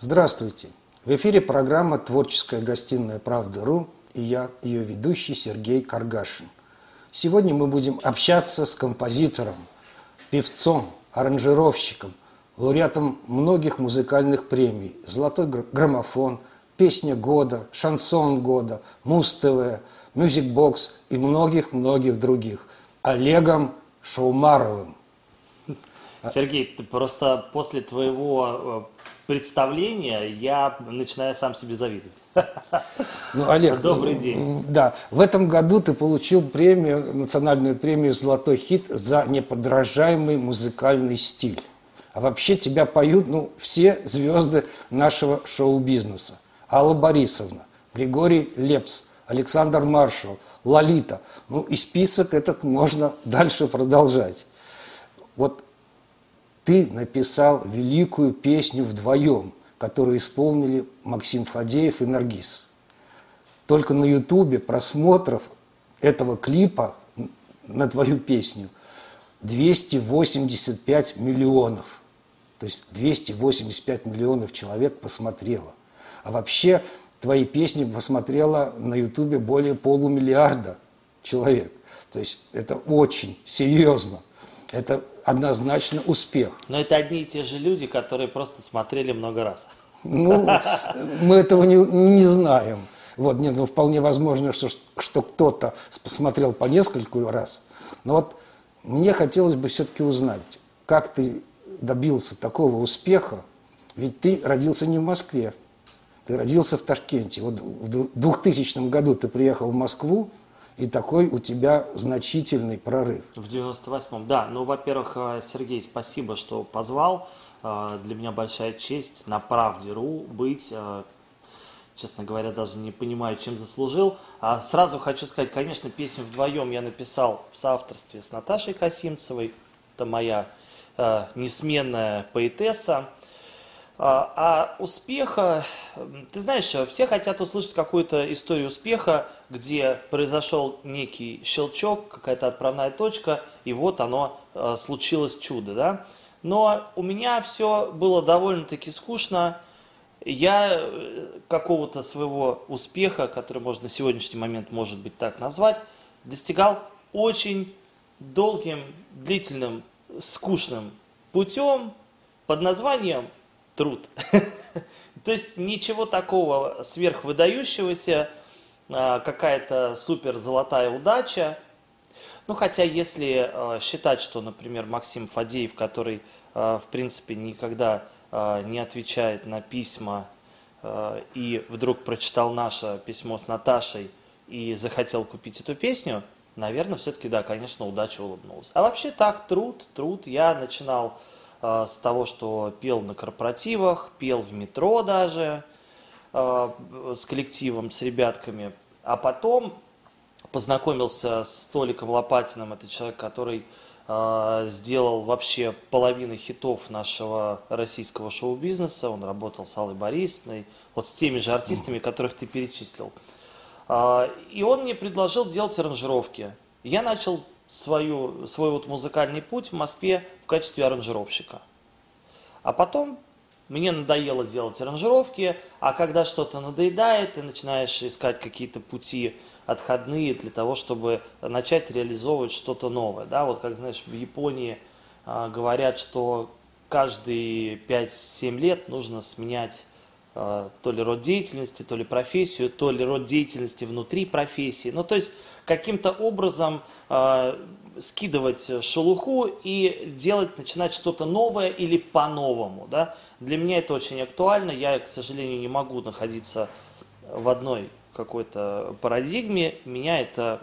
Здравствуйте! В эфире программа «Творческая гостиная Правды.ру» и я, ее ведущий Сергей Каргашин. Сегодня мы будем общаться с композитором, певцом, аранжировщиком, лауреатом многих музыкальных премий: «Золотой граммофон», «Песня года», «Шансон года», Муз-ТВ, «Мьюзик-бокс» и многих-многих других, Олегом Шаумаровым. Сергей, ты просто после твоего представления я начинаю сам себе завидовать. Ну, Олег, добрый день. Да, в этом году ты получил премию, национальную премию «Золотой хит» за неподражаемый музыкальный стиль. А вообще тебя поют, все звезды нашего шоу-бизнеса. Алла Борисовна, Григорий Лепс, Александр Маршал, Лолита. И список этот можно дальше продолжать. Вот ты написал великую песню вдвоем, которую исполнили Максим Фадеев и Наргиз. Только на Ютубе просмотров этого клипа на твою песню 285 миллионов. То есть 285 миллионов человек посмотрело. А вообще твои песни посмотрело на Ютубе более полумиллиарда человек. То есть это очень серьезно. Это однозначно успех. Но это одни и те же люди, которые просто смотрели много раз. Мы этого не знаем. Вполне возможно, что кто-то посмотрел по нескольку раз. Но вот мне хотелось бы все-таки узнать, как ты добился такого успеха. Ведь ты родился не в Москве, ты родился в Ташкенте. Вот в 2000 году ты приехал в Москву, и такой у тебя значительный прорыв. В 98-м, да. Во-первых, Сергей, спасибо, что позвал. Для меня большая честь на Правде.ру быть. Честно говоря, даже не понимаю, чем заслужил. Сразу хочу сказать, конечно, песню вдвоем я написал в соавторстве с Наташей Касимцевой. Это моя несменная поэтесса. А успеха, ты знаешь, все хотят услышать какую-то историю успеха, где произошел некий щелчок, какая-то отправная точка, и вот оно, случилось чудо, да? Но у меня все было довольно-таки скучно. Я какого-то своего успеха, который можно на сегодняшний момент, может быть, так назвать, достигал очень долгим, длительным, скучным путем под названием труд. То есть ничего такого сверхвыдающегося, какая-то супер золотая удача. Хотя если считать, что, например, Максим Фадеев, который, в принципе, никогда не отвечает на письма, и вдруг прочитал наше письмо с Наташей и захотел купить эту песню, наверное, все-таки, да, конечно, удача улыбнулась. А вообще так, труд. Я начинал с того, что пел на корпоративах, пел в метро даже с коллективом, с ребятками. А потом познакомился с Толиком Лопатиным. Это человек, который сделал вообще половину хитов нашего российского шоу-бизнеса. Он работал с Аллой Борисовной, вот с теми же артистами, которых ты перечислил. И он мне предложил делать аранжировки. Я начал свой музыкальный путь в Москве в качестве аранжировщика. А потом мне надоело делать аранжировки, а когда что-то надоедает, ты начинаешь искать какие-то пути отходные для того, чтобы начать реализовывать что-то новое. Да? Вот как, знаешь, в Японии говорят, что каждые 5-7 лет нужно сменять то ли род деятельности, то ли профессию, то ли род деятельности внутри профессии. То есть каким-то образом скидывать шелуху и начинать что-то новое или по-новому. Да? Для меня это очень актуально. Я, к сожалению, не могу находиться в одной какой-то парадигме. Меня это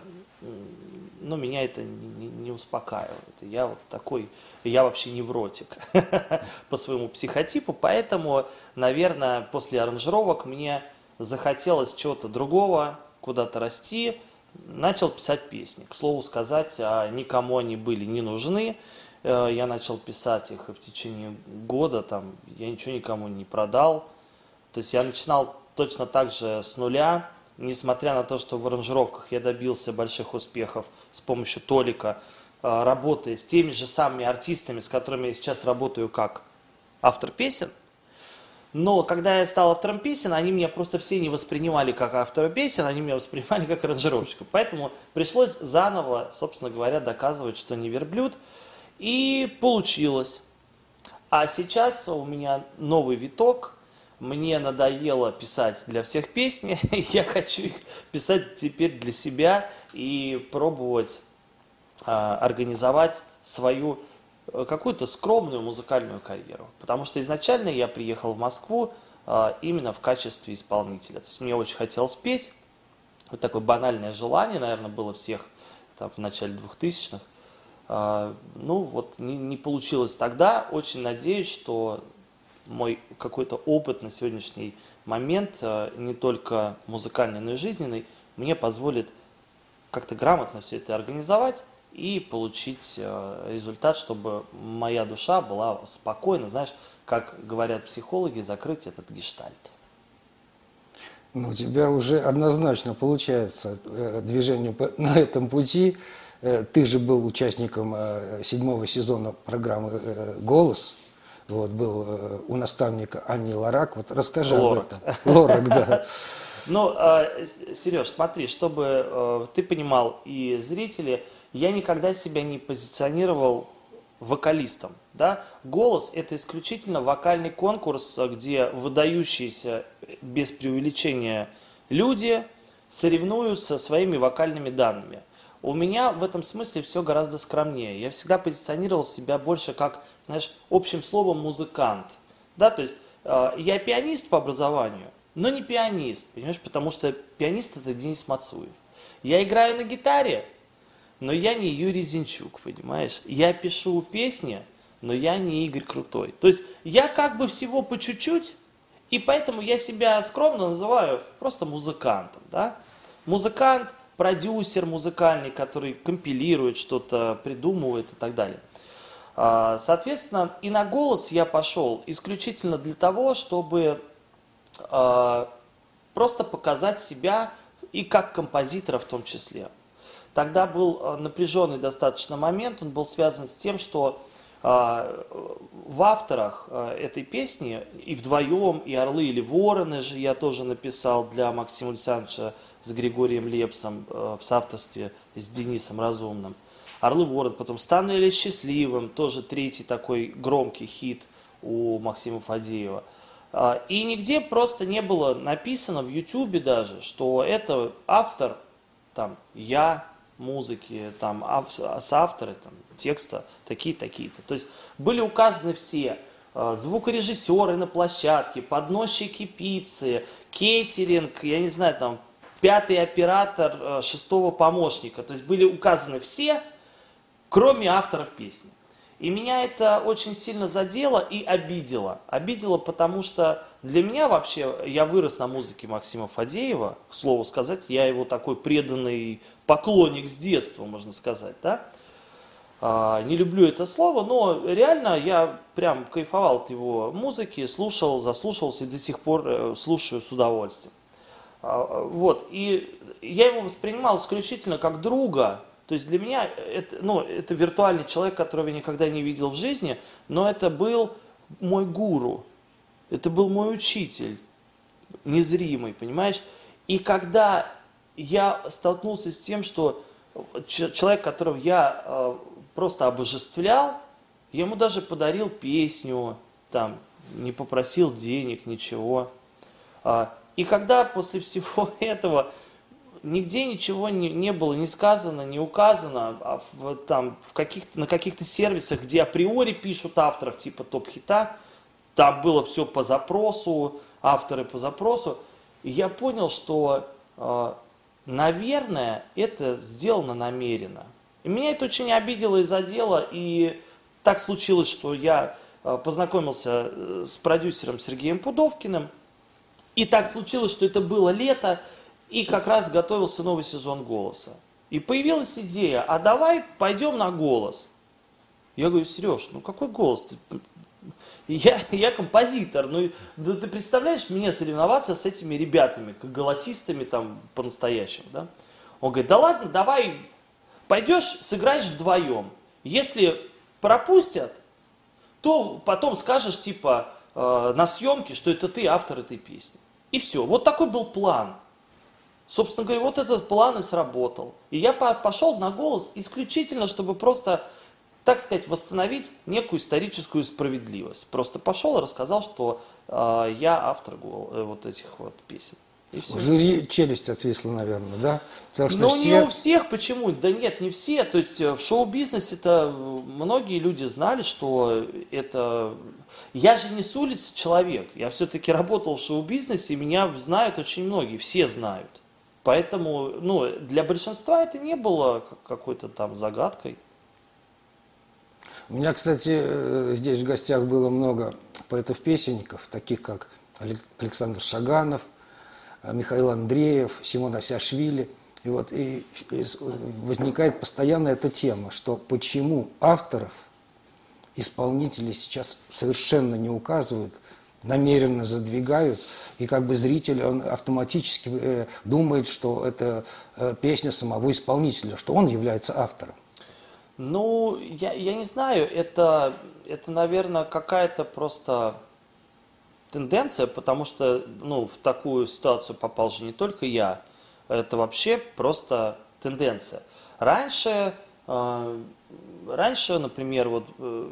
не успокаивает. Я вот такой, я вообще невротик по своему психотипу, поэтому, наверное, после аранжировок мне захотелось чего-то другого, куда-то расти, начал писать песни. К слову сказать, никому они были не нужны. Я начал писать их и в течение года, я ничего никому не продал. То есть я начинал точно так же с нуля. Несмотря на то, что в аранжировках я добился больших успехов с помощью Толика, работая с теми же самыми артистами, с которыми я сейчас работаю как автор песен, Но когда я стал автором песен, они меня просто все не воспринимали как автора песен, они меня воспринимали как аранжировщика. Поэтому пришлось заново, собственно говоря, доказывать, что не верблюд. И получилось. А сейчас у меня новый виток. Мне надоело писать для всех песни. Я хочу их писать теперь для себя и пробовать организовать свою какую-то скромную музыкальную карьеру. Потому что изначально я приехал в Москву именно в качестве исполнителя. То есть мне очень хотелось петь. Вот такое банальное желание, наверное, было всех там, в начале 2000-х. Ну вот не получилось тогда. Очень надеюсь, что мой какой-то опыт на сегодняшний момент, не только музыкальный, но и жизненный, мне позволит как-то грамотно все это организовать и получить результат, чтобы моя душа была спокойна, знаешь, как говорят психологи, закрыть этот гештальт. Ну, у тебя уже однозначно получается движение на этом пути. Ты же был участником 7-го сезона программы «Голос». Вот, был у наставника Ани Лорак. Вот расскажи Лорак. об этом. Лорак, да. Ну, Сереж, смотри, чтобы ты понимал и зрители, я никогда себя не позиционировал вокалистом. Да? «Голос» — это исключительно вокальный конкурс, где выдающиеся, без преувеличения, люди соревнуются своими вокальными данными. У меня в этом смысле все гораздо скромнее. Я всегда позиционировал себя больше как, знаешь, общим словом музыкант. Да? То есть я пианист по образованию, но не пианист, понимаешь, потому что пианист — это Денис Мацуев. Я играю на гитаре, но я не Юрий Зинчук, понимаешь. Я пишу песни, но я не Игорь Крутой. То есть я как бы всего по чуть-чуть, и поэтому я себя скромно называю просто музыкантом. Да? Музыкант, продюсер музыкальный, который компилирует что-то, придумывает и так далее. Соответственно, и на «Голос» я пошел исключительно для того, чтобы просто показать себя и как композитора в том числе. Тогда был напряженный достаточно момент, он был связан с тем, что в авторах этой песни и вдвоем, и «Орлы или вороны» же я тоже написал для Максима Александровича с Григорием Лепсом в соавторстве с Денисом Разумным. «Орлы вороны», потом «Стану ли счастливым», тоже третий такой громкий хит у Максима Фадеева. И нигде просто не было написано в Ютубе даже, что это автор, там, я, музыки, там, соавторы, там, текста, такие-такие-то. То есть были указаны все звукорежиссеры на площадке, подносчики пиццы, кейтеринг, я не знаю, там, 5-й оператор 6-го помощника. То есть были указаны все, кроме авторов песни. И меня это очень сильно задело и обидело. Обидело, потому что для меня вообще, я вырос на музыке Максима Фадеева, к слову сказать, я его такой преданный поклонник с детства, можно сказать, да. Не люблю это слово, но реально я прям кайфовал от его музыки, слушал, заслушался и до сих пор слушаю с удовольствием. Вот, и я его воспринимал исключительно как друга. То есть для меня это виртуальный человек, которого я никогда не видел в жизни, но это был мой гуру, это был мой учитель, незримый, понимаешь? И когда я столкнулся с тем, что человек, которого я просто обожествлял, я ему даже подарил песню, там, не попросил денег, ничего. И когда после всего этого нигде ничего не было не сказано, не указано, на каких-то сервисах, где априори пишут авторов типа топ-хита, там было все по запросу, авторы по запросу, и я понял, что, наверное, это сделано намеренно. И меня это очень обидело и задело, и так случилось, что я познакомился с продюсером Сергеем Пудовкиным, и так случилось, что это было лето, и как раз готовился новый сезон «Голоса». И появилась идея, а давай пойдем на «Голос». Я говорю: Сереж, ну какой «Голос»? Я композитор, ну да ты представляешь мне соревноваться с этими ребятами, как голосистами там по-настоящему, да? Он говорит: да ладно, давай пойдешь, сыграешь вдвоем. Если пропустят, то потом скажешь типа: на съемке, что это ты автор этой песни. И все. Вот такой был план. Собственно говоря, вот этот план и сработал. И я пошел на голос исключительно, чтобы просто, так сказать, восстановить некую историческую справедливость. Просто пошел и рассказал, что я автор вот этих вот песен. У жюри челюсть отвисла, наверное, да? Потому что ну, не у всех, почему? Да нет, не все. То есть в шоу-бизнесе-то многие люди знали, что это... Я же не с улицы человек. Я все-таки работал в шоу-бизнесе, и меня знают очень многие, все знают. Поэтому, ну, для большинства это не было какой-то там загадкой. У меня, кстати, здесь в гостях было много поэтов-песенников, таких как Александр Шаганов, Михаил Андреев, Симон Асяшвили. И возникает постоянно эта тема, что почему авторов исполнители сейчас совершенно не указывают, намеренно задвигают, и как бы зритель, он автоматически думает, что это песня самого исполнителя, что он является автором. Ну, я не знаю, это, наверное, какая-то просто тенденция, потому что, ну, в такую ситуацию попал же не только я, это вообще просто тенденция. Раньше, например, вот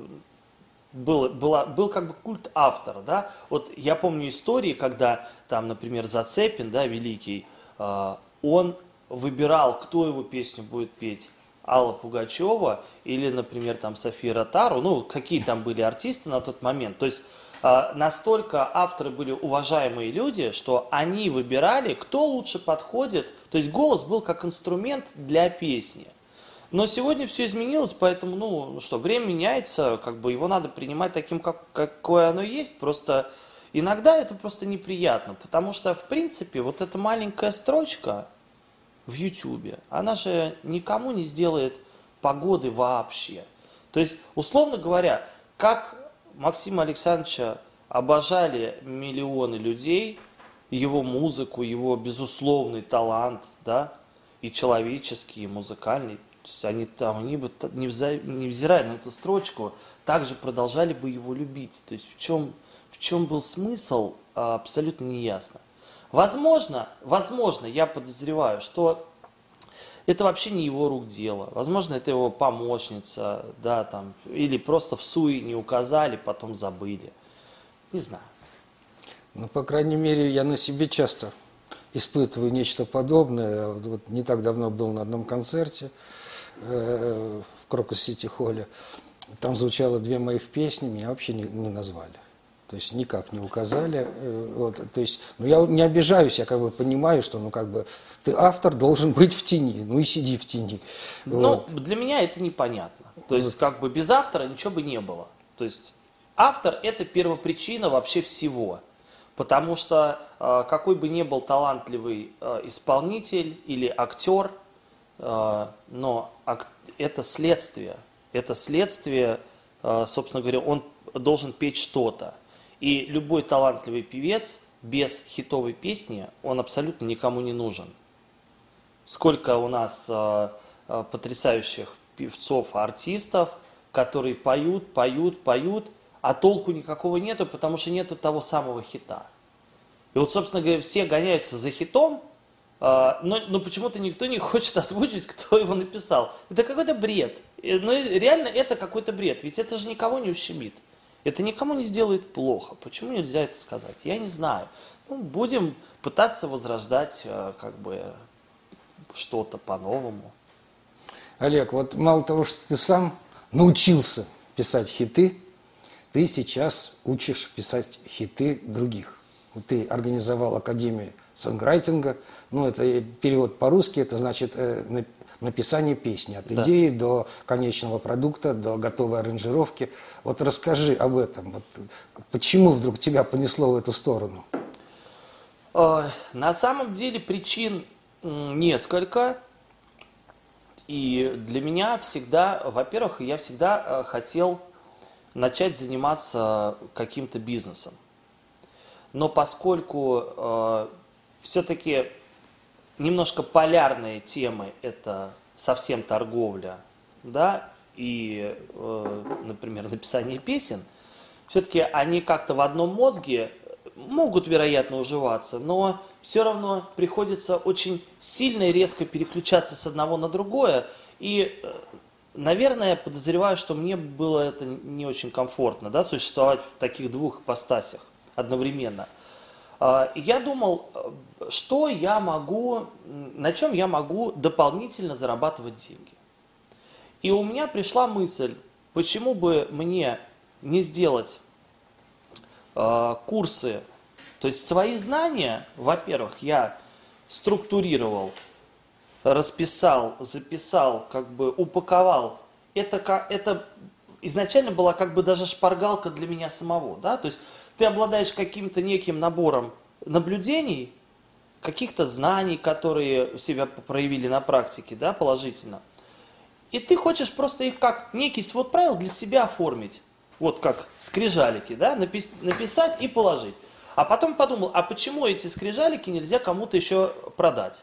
был как бы культ автора, да, вот я помню истории, когда там, например, Зацепин, да, великий, он выбирал, кто его песню будет петь, Алла Пугачева или, например, там София Ротару, ну, какие там были артисты на тот момент, то есть настолько авторы были уважаемые люди, что они выбирали, кто лучше подходит, то есть голос был как инструмент для песни. Но сегодня все изменилось, поэтому, ну что, время меняется, как бы его надо принимать таким, какое оно есть, просто иногда это просто неприятно, потому что, в принципе, вот эта маленькая строчка в Ютубе, она же никому не сделает погоды вообще. То есть, условно говоря, как Максима Александровича обожали миллионы людей, его музыку, его безусловный талант, да, и человеческий, и музыкальный. То есть они бы, невзирая на эту строчку, также продолжали бы его любить. То есть в чем был смысл, абсолютно неясно. Возможно, я подозреваю, что это вообще не его рук дело. Возможно, это его помощница, да, там, или просто в суе не указали, потом забыли. Не знаю. Ну, по крайней мере, я на себе часто испытываю нечто подобное. Вот не так давно был на одном концерте в Крокус-Сити-Холле. Там звучало 2 моих песни, меня вообще не назвали. То есть никак не указали. Вот, то есть, ну, я не обижаюсь, я как бы понимаю, что, ну, как бы, ты автор должен быть в тени, ну и сиди в тени. Ну, для меня это непонятно. То есть, как бы без автора ничего бы не было. То есть, автор – это первопричина вообще всего. Потому что какой бы ни был талантливый исполнитель или актер, но это следствие. Это следствие, собственно говоря, он должен петь что-то. И любой талантливый певец без хитовой песни, он абсолютно никому не нужен. Сколько у нас потрясающих певцов, артистов, которые поют, а толку никакого нету, потому что нету того самого хита. И вот, собственно говоря, все гоняются за хитом, но почему-то никто не хочет озвучить, кто его написал. Это какой-то бред. Ну, реально, это какой-то бред. Ведь это же никого не ущемит. Это никому не сделает плохо. Почему нельзя это сказать? Я не знаю. Ну, будем пытаться возрождать как бы что-то по-новому. Олег, вот мало того, что ты сам научился писать хиты, ты сейчас учишь писать хиты других. Ты организовал Академию сонграйтинга, ну, это перевод по-русски, это значит написание песни, от идеи до конечного продукта, до готовой аранжировки. Вот расскажи об этом. Вот почему вдруг тебя понесло в эту сторону? На самом деле причин несколько. И для меня всегда, во-первых, я всегда хотел начать заниматься каким-то бизнесом. Но поскольку все-таки немножко полярные темы – это совсем торговля, да, и, например, написание песен, все-таки они как-то в одном мозге могут, вероятно, уживаться, но все равно приходится очень сильно и резко переключаться с одного на другое. И, наверное, подозреваю, что мне было это не очень комфортно, да, существовать в таких двух ипостасях одновременно. Я думал, что я могу, на чем я могу дополнительно зарабатывать деньги. И у меня пришла мысль, почему бы мне не сделать курсы, то есть свои знания, во-первых, я структурировал, расписал, записал, как бы упаковал. Это изначально была как бы даже шпаргалка для меня самого, да, то есть ты обладаешь каким-то неким набором наблюдений, каких-то знаний, которые себя проявили на практике, да, положительно. И ты хочешь просто их как некий свод правил для себя оформить. Вот как скрижалики, да, написать и положить. А потом подумал, а почему эти скрижалики нельзя кому-то еще продать?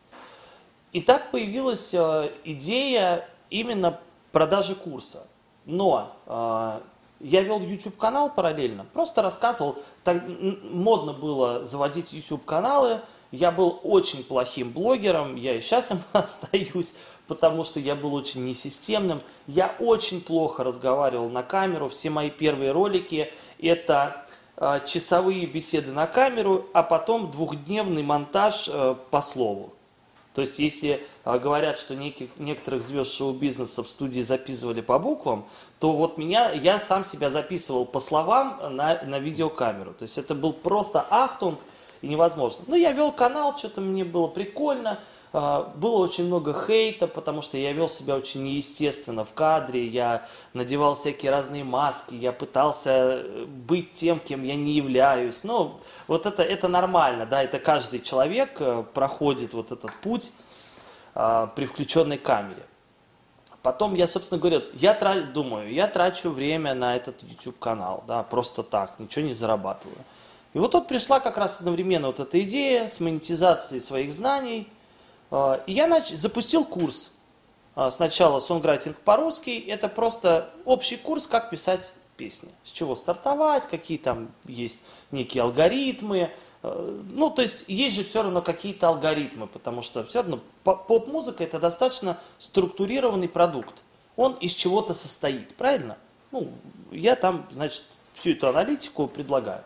И так появилась идея именно продажи курса. Но я вел YouTube-канал параллельно, просто рассказывал, так, модно было заводить YouTube-каналы, я был очень плохим блогером, я и сейчас им остаюсь, потому что я был очень несистемным, я очень плохо разговаривал на камеру, все мои первые ролики это часовые беседы на камеру, а потом двухдневный монтаж по слову. То есть, если говорят, что некоторых звезд шоу-бизнеса в студии записывали по буквам, то вот я сам себя записывал по словам на видеокамеру. То есть, это был просто ахтунг и невозможно. Но я вел канал, что-то мне было прикольно. Было очень много хейта, потому что я вел себя очень неестественно в кадре, я надевал всякие разные маски, я пытался быть тем, кем я не являюсь. Ну, вот это нормально, да, это каждый человек проходит вот этот путь при включенной камере. Потом я, собственно говоря, я трачу время на этот YouTube-канал, да, просто так, ничего не зарабатываю. И вот тут пришла как раз одновременно вот эта идея с монетизацией своих знаний. И я запустил курс. Сначала сонграйтинг по-русски. Это просто общий курс, как писать песни. С чего стартовать, какие там есть некие алгоритмы. Ну, то есть есть же все равно какие-то алгоритмы, потому что все равно поп-музыка это достаточно структурированный продукт. Он из чего-то состоит, правильно? Ну, я там, значит, всю эту аналитику предлагаю.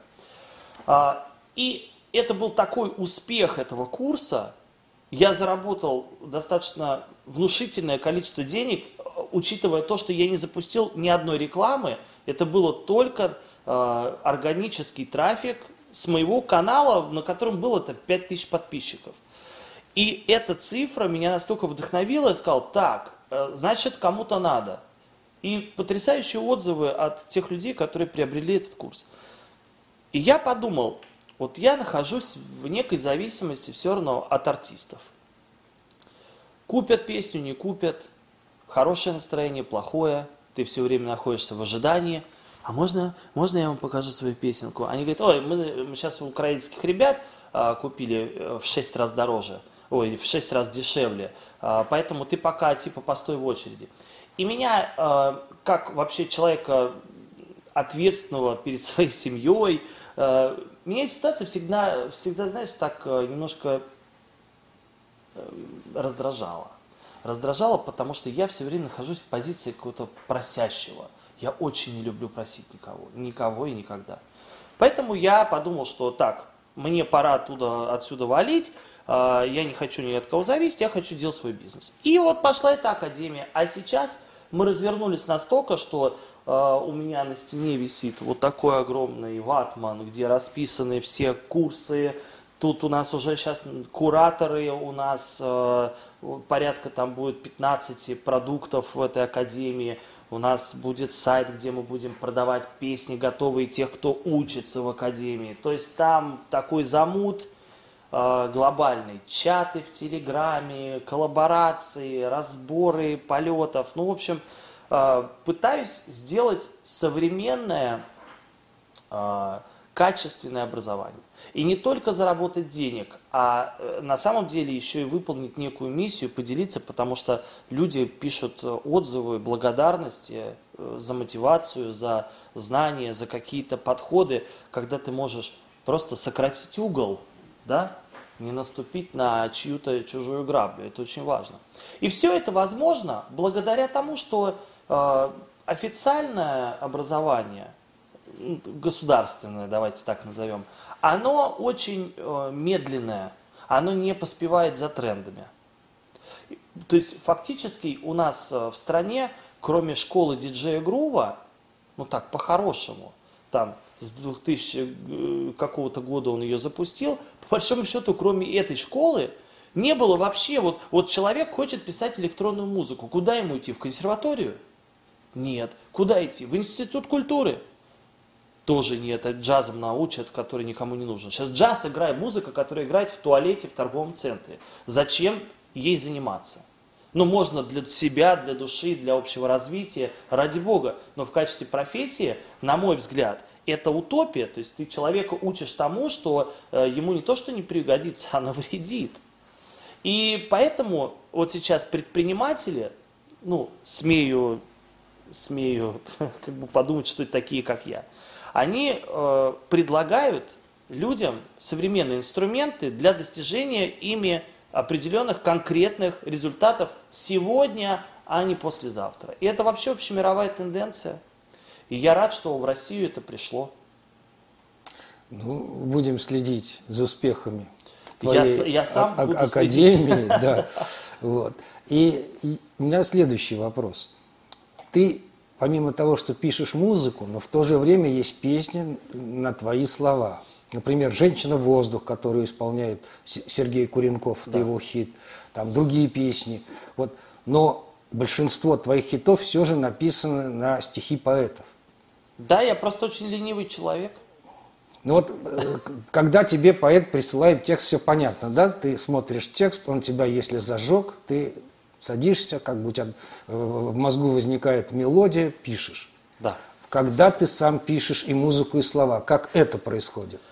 И это был такой успех этого курса. Я заработал достаточно внушительное количество денег, учитывая то, что я не запустил ни одной рекламы. Это было только органический трафик с моего канала, на котором было 5000 подписчиков. И эта цифра меня настолько вдохновила, я сказал, так, значит кому-то надо. И потрясающие отзывы от тех людей, которые приобрели этот курс. И я подумал, вот я нахожусь в некой зависимости все равно от артистов. Купят песню, не купят, хорошее настроение, плохое, ты все время находишься в ожидании. А можно я вам покажу свою песенку? Они говорят, ой, мы сейчас у украинских ребят купили в 6 раз дороже, ой, в 6 раз дешевле, поэтому ты пока типа постой в очереди. И меня, как вообще человека ответственного перед своей семьей, меня эта ситуация всегда, знаешь, так немножко раздражала. Раздражала, потому что я все время нахожусь в позиции какого-то просящего. Я очень не люблю просить никого и никогда. Поэтому я подумал, что так, мне пора отсюда валить, я не хочу ни от кого зависеть, я хочу делать свой бизнес. И вот пошла эта академия. А сейчас мы развернулись настолько, что у меня на стене висит вот такой огромный ватман, где расписаны все курсы. Тут у нас уже сейчас кураторы, у нас порядка там будет 15 продуктов в этой академии. У нас будет сайт, где мы будем продавать песни готовые тех, кто учится в академии. То есть там такой замут глобальный. Чаты в Телеграме, коллаборации, разборы полетов. Ну, в общем, пытаюсь сделать современное, качественное образование. И не только заработать денег, а на самом деле еще и выполнить некую миссию, поделиться, потому что люди пишут отзывы, благодарности за мотивацию, за знания, за какие-то подходы, когда ты можешь просто сократить угол, да, не наступить на чью-то чужую граблю. Это очень важно. И все это возможно благодаря тому, что официальное образование, государственное, давайте так назовем, оно очень медленное, оно не поспевает за трендами. То есть фактически у нас в стране, кроме школы диджея Грува, ну так, по-хорошему, там с 2000 какого-то года он ее запустил, по большому счету, кроме этой школы, не было вообще, вот человек хочет писать электронную музыку, куда ему идти, в консерваторию? Нет. Куда идти? В институт культуры? Тоже нет. Джазом научат, который никому не нужен. Сейчас джаз играет, музыка, которая играет в туалете в торговом центре. Зачем ей заниматься? Ну, можно для себя, для души, для общего развития, ради бога. Но в качестве профессии, на мой взгляд, это утопия. То есть ты человека учишь тому, что ему не то, что не пригодится, а навредит. И поэтому вот сейчас предприниматели, ну, смею как бы подумать, что это такие, как я, они предлагают людям современные инструменты для достижения ими определенных конкретных результатов сегодня, а не послезавтра. И это вообще общемировая тенденция. И я рад, что в Россию это пришло. Ну, будем следить за успехами Я сам буду академии. следить. Да, вот. И у меня следующий вопрос. Ты, помимо того, что пишешь музыку, но в то же время есть песни на твои слова. Например, «Женщина-воздух», которую исполняет Сергей Куренков, это его хит, там другие песни. Вот. Но большинство твоих хитов все же написано на стихи поэтов. Да, я просто очень ленивый человек. Ну вот, когда тебе поэт присылает текст, все понятно, да? Ты смотришь текст, он тебя, если зажег, ты садишься, как бы у тебя в мозгу возникает мелодия, пишешь. Да. Когда ты сам пишешь и музыку, и слова, как это происходит?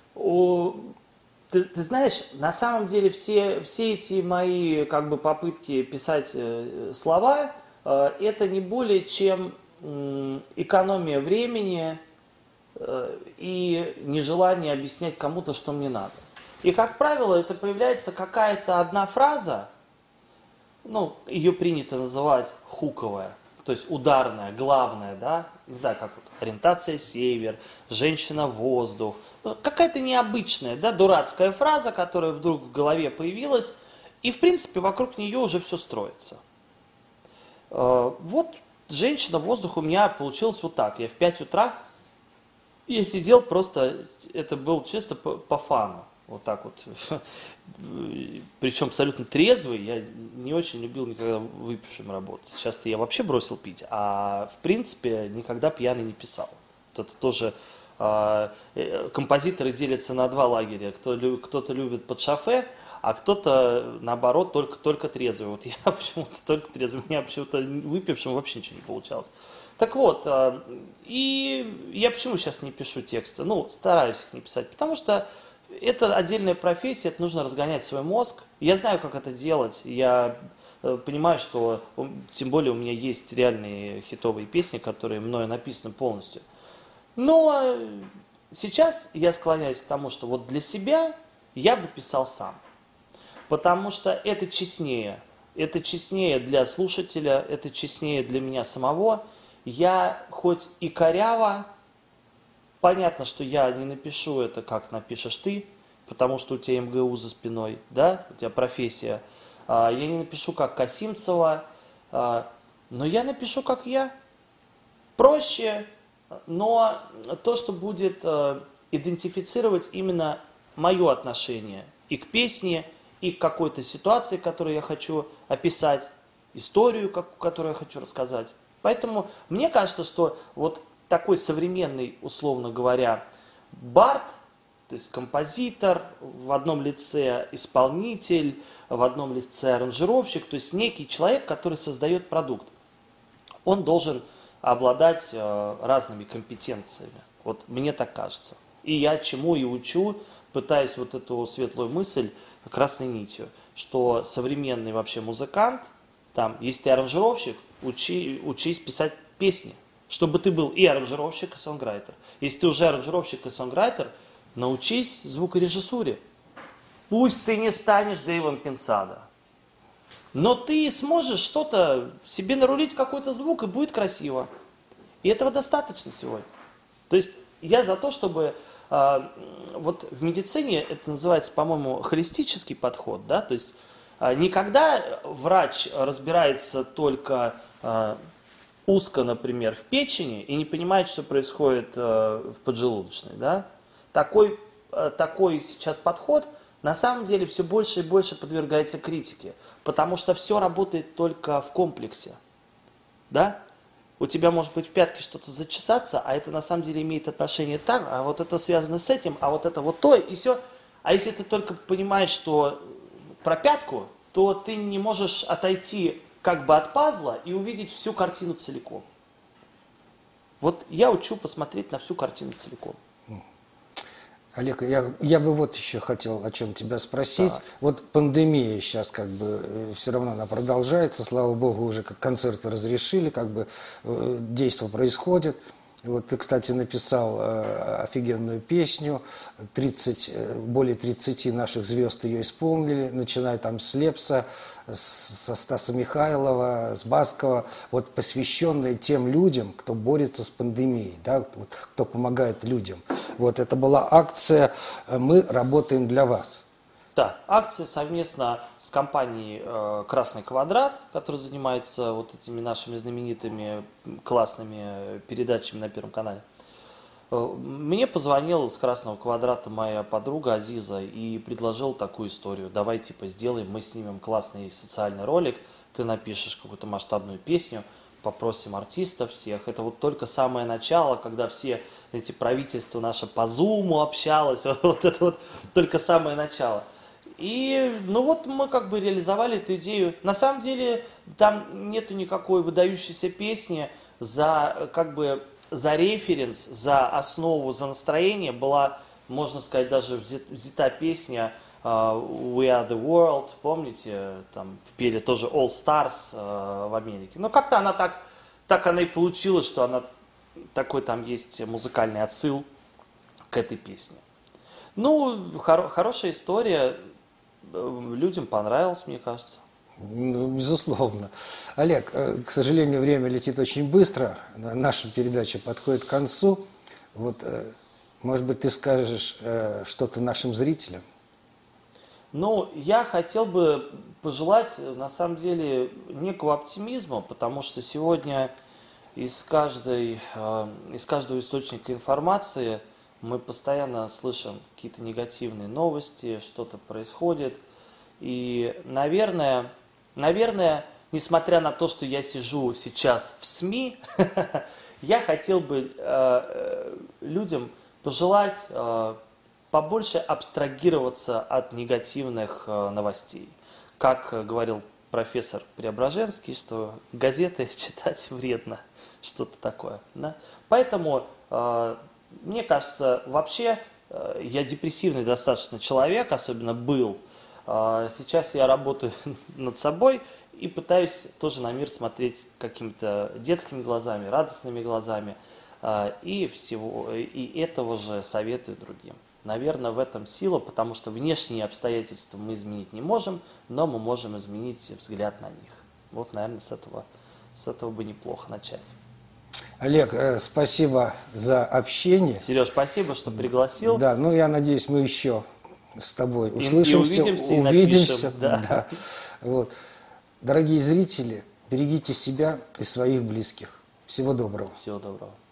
Ты знаешь, на самом деле все эти мои как бы попытки писать слова, это не более чем экономия времени и нежелание объяснять кому-то, что мне надо. И, как правило, это появляется какая-то одна фраза, ну, ее принято называть хуковая, то есть ударная, главная, да, не знаю, как вот, ориентация север, женщина-воздух, какая-то необычная, да, дурацкая фраза, которая вдруг в голове появилась, и, в принципе, вокруг нее уже все строится. Вот женщина-воздух у меня получилось вот так. Я в 5 утра, я сидел просто, это был чисто по фану. Вот так вот. Причем абсолютно трезвый. Я не очень любил никогда выпившим работать. Сейчас-то я вообще бросил пить. А в принципе никогда пьяный не писал. Это тоже композиторы делятся на два лагеря. Кто-то любит под шофе, а кто-то, наоборот, только трезвый. Вот я почему-то только трезвый. У меня почему-то выпившим вообще ничего не получалось. Так вот, и я почему сейчас не пишу тексты? Ну, стараюсь их не писать. Потому что это отдельная профессия, это нужно разгонять свой мозг. Я знаю, как это делать. Я понимаю, что, тем более, у меня есть реальные хитовые песни, которые мною написаны полностью. Но сейчас я склоняюсь к тому, что вот для себя я бы писал сам. Потому что это честнее. Это честнее для слушателя, это честнее для меня самого. Я хоть и коряво, понятно, что я не напишу это, как напишешь ты, потому что у тебя МГУ за спиной, да, у тебя профессия. Я не напишу, как Косимцева, но я напишу, как я. Проще, но то, что будет идентифицировать именно мое отношение и к песне, и к какой-то ситуации, которую я хочу описать, историю, которую я хочу рассказать. Поэтому мне кажется, что вот такой современный, условно говоря, бард, то есть композитор, в одном лице исполнитель, в одном лице аранжировщик, то есть некий человек, который создает продукт, он должен обладать разными компетенциями. Вот мне так кажется. И я чему и учу, пытаюсь вот эту светлую мысль красной нитью, что современный вообще музыкант, там, если ты аранжировщик, учись писать песни. Чтобы ты был и аранжировщик, и сонграйтер. Если ты уже аранжировщик и сонграйтер, научись звукорежиссуре. Пусть ты не станешь Дэйвом Пинсадо, но ты сможешь что-то себе нарулить, какой-то звук, и будет красиво. И этого достаточно сегодня. То есть я за то, чтобы вот в медицине это называется, по-моему, холистический подход, да, то есть никогда врач разбирается только узко, например, в печени и не понимает, что происходит в поджелудочной, да. Такой сейчас подход на самом деле все больше и больше подвергается критике, потому что все работает только в комплексе, да. У тебя может быть в пятке что-то зачесаться, а это на самом деле имеет отношение так, а вот это связано с этим, а вот это вот то, и все. А если ты только понимаешь, что про пятку, то ты не можешь отойти как бы от пазла и увидеть всю картину целиком. Вот я учу посмотреть на всю картину целиком. Олег, я бы вот еще хотел о чем тебя спросить. Да. Вот пандемия сейчас как бы все равно она продолжается, слава богу, уже как концерты разрешили, как бы действо происходит. Вот ты, кстати, написал офигенную песню, более 30 наших звезд ее исполнили, начиная там с Лепса, со Стаса Михайлова, с Баскова, вот посвященные тем людям, кто борется с пандемией, да, вот, кто помогает людям. Вот это была акция «Мы работаем для вас». Да, акция совместно с компанией «Красный квадрат», которая занимается вот этими нашими знаменитыми классными передачами на Первом канале. Мне позвонила с «Красного квадрата» моя подруга Азиза и предложила такую историю. Давай типа сделаем, мы снимем классный социальный ролик, ты напишешь какую-то масштабную песню, попросим артистов всех. Это вот только самое начало, когда все эти правительства наши по Зуму общалось, вот это вот только самое начало. И, ну вот мы как бы реализовали эту идею. На самом деле там нету никакой выдающейся песни, за референс, за основу, за настроение была, можно сказать, даже взята песня We Are The World, помните, там пели тоже All Stars в Америке. Но как-то она так она и получилась, что она такой там есть музыкальный отсыл к этой песне. Ну, хорошая история. Людям понравилось, мне кажется. Ну, безусловно. Олег, к сожалению, время летит очень быстро. Наша передача подходит к концу. Вот, может быть, ты скажешь что-то нашим зрителям? Ну, я хотел бы пожелать, на самом деле, некого оптимизма, потому что сегодня из каждого источника информации мы постоянно слышим какие-то негативные новости, что-то происходит. И, наверное, несмотря на то, что я сижу сейчас в СМИ, я хотел бы людям пожелать побольше абстрагироваться от негативных новостей. Как говорил профессор Преображенский, что газеты читать вредно, что-то такое. Да? Поэтому... Мне кажется, вообще я депрессивный достаточно человек, особенно был. Сейчас я работаю над собой и пытаюсь тоже на мир смотреть какими-то детскими глазами, радостными глазами. И этого же советую другим. Наверное, в этом сила, потому что внешние обстоятельства мы изменить не можем, но мы можем изменить взгляд на них. Вот, наверное, с этого бы неплохо начать. Олег, спасибо за общение. Сереж, спасибо, что пригласил. Да, ну я надеюсь, мы еще с тобой услышимся, и увидимся. Да. Да. Вот. Дорогие зрители, берегите себя и своих близких. Всего доброго. Всего доброго.